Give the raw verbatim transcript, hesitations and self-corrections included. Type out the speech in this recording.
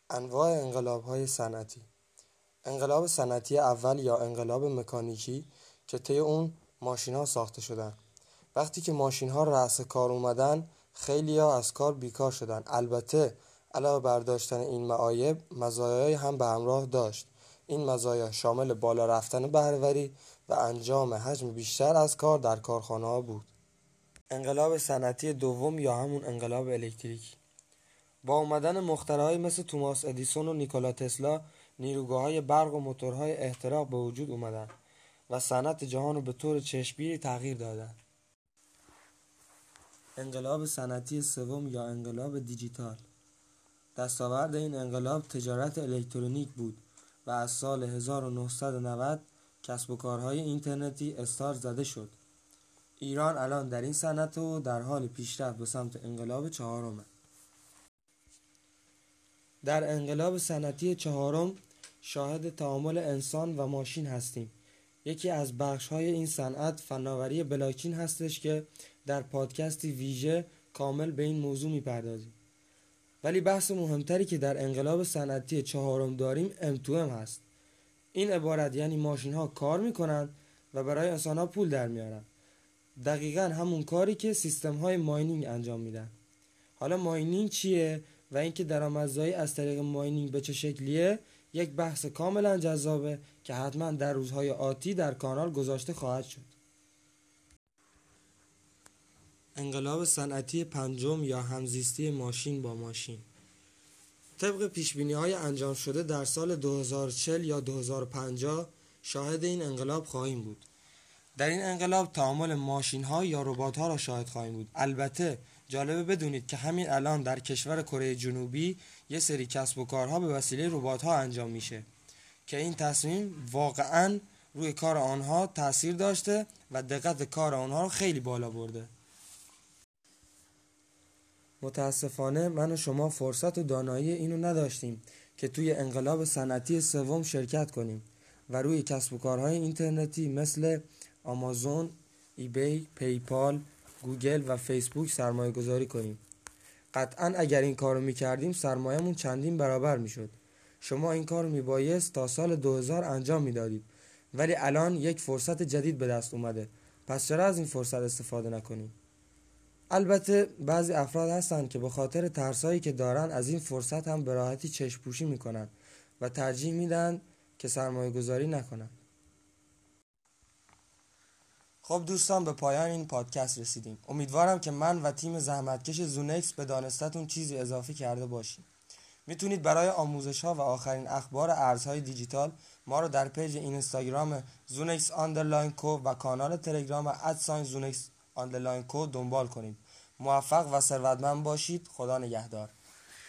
انواع انقلاب‌های صنعتی. انقلاب صنعتی اول یا انقلاب مکانیکی که طی اون ماشین‌ها ساخته شدن. وقتی که ماشین‌ها رأس کار اومدن، خیلی‌ها از کار بیکار شدن. البته علاوه بر داشتن این معایب، مزایایی هم به همراه داشت. این مزایا شامل بالا رفتن بهره‌وری و انجام حجم بیشتر از کار در کارخانه‌ها بود. انقلاب صنعتی دوم یا همون انقلاب الکتریکی. با اومدن مخترعایی مثل توماس ادیسون و نیکولا تسلا، نیروگاه‌های برق و موتورهای احتراق به وجود اومدن و صنعت جهان رو به طور چشمگیری تغییر دادن. انقلاب صنعتی سوم یا انقلاب دیجیتال. دستاورد این انقلاب تجارت الکترونیک بود و از سال هزار و نهصد و نود کسب و کارهای اینترنتی استارت زده شد. ایران الان در این صنعت و در حال پیشرفت به سمت انقلاب چهارمه. در انقلاب صنعتی چهارم شاهد تعامل انسان و ماشین هستیم. یکی از بخش‌های این صنعت فناوری بلاکچین هستش که در پادکستی ویژه کامل به این موضوع می‌پردازیم. ولی بحث مهمتری که در انقلاب صنعتی چهارم داریم ام تو ام هست. این عبارت یعنی ماشین‌ها کار می‌کنن و برای انسان‌ها پول در میارن. دقیقاً همون کاری که سیستم‌های ماینینگ انجام میدن. حالا ماینینگ چیه و اینکه درآمدزایی از طریق ماینینگ به چه شکلیه یک بحث کاملا جذابه که حتما در روزهای آتی در کانال گذاشته خواهد شد. انقلاب صنعتی پنجم یا همزیستی ماشین با ماشین. طبق پیشبینی‌های انجام شده در سال دو هزار و چهل یا دو هزار و پنجاه شاهد این انقلاب خواهیم بود. در این انقلاب تعامل ماشین‌ها یا ربات‌ها را شاهد خواهیم بود. البته جالبه بدونید که همین الان در کشور کره جنوبی یه سری کسب و کارها به وسیله ربات‌ها انجام میشه که این تصمیم واقعاً روی کار آنها تأثیر داشته و دقت کار آنها رو خیلی بالا برده. متاسفانه من و شما فرصت و دانایی اینو نداشتیم که توی انقلاب صنعتی سوم شرکت کنیم و روی کسب و کارهای اینترنتی مثل آمازون، ایبی، پیپال، گوگل و فیسبوک سرمایه گذاری کنیم. قطعاً اگر این کارو میکردیم سرمایه‌مون چندین برابر میشد. شما این کارو میبایست تا سال دو هزار انجام میدادید، ولی الان یک فرصت جدید به دست اومده. پس چرا از این فرصت استفاده نکنیم؟ البته بعضی افراد هستن که به خاطر ترسایی که دارن از این فرصت هم به راحتی چشم پوشی میکنن و ترجیح میدن که سرمایه گذاری نکنن. خب دوستان، به پایان این پادکست رسیدیم. امیدوارم که من و تیم زحمتکش زونکس به دانستتون چیزی اضافه کرده باشیم. میتونید برای آموزش ها و آخرین اخبار ارزهای دیجیتال ما رو در پیج اینستاگرام زونکس آندرلاین کو و کانال تلگرام ادساین زونکس آندرلاین کو دنبال کنید. موفق و ثروتمند باشید. خدا نگهدار.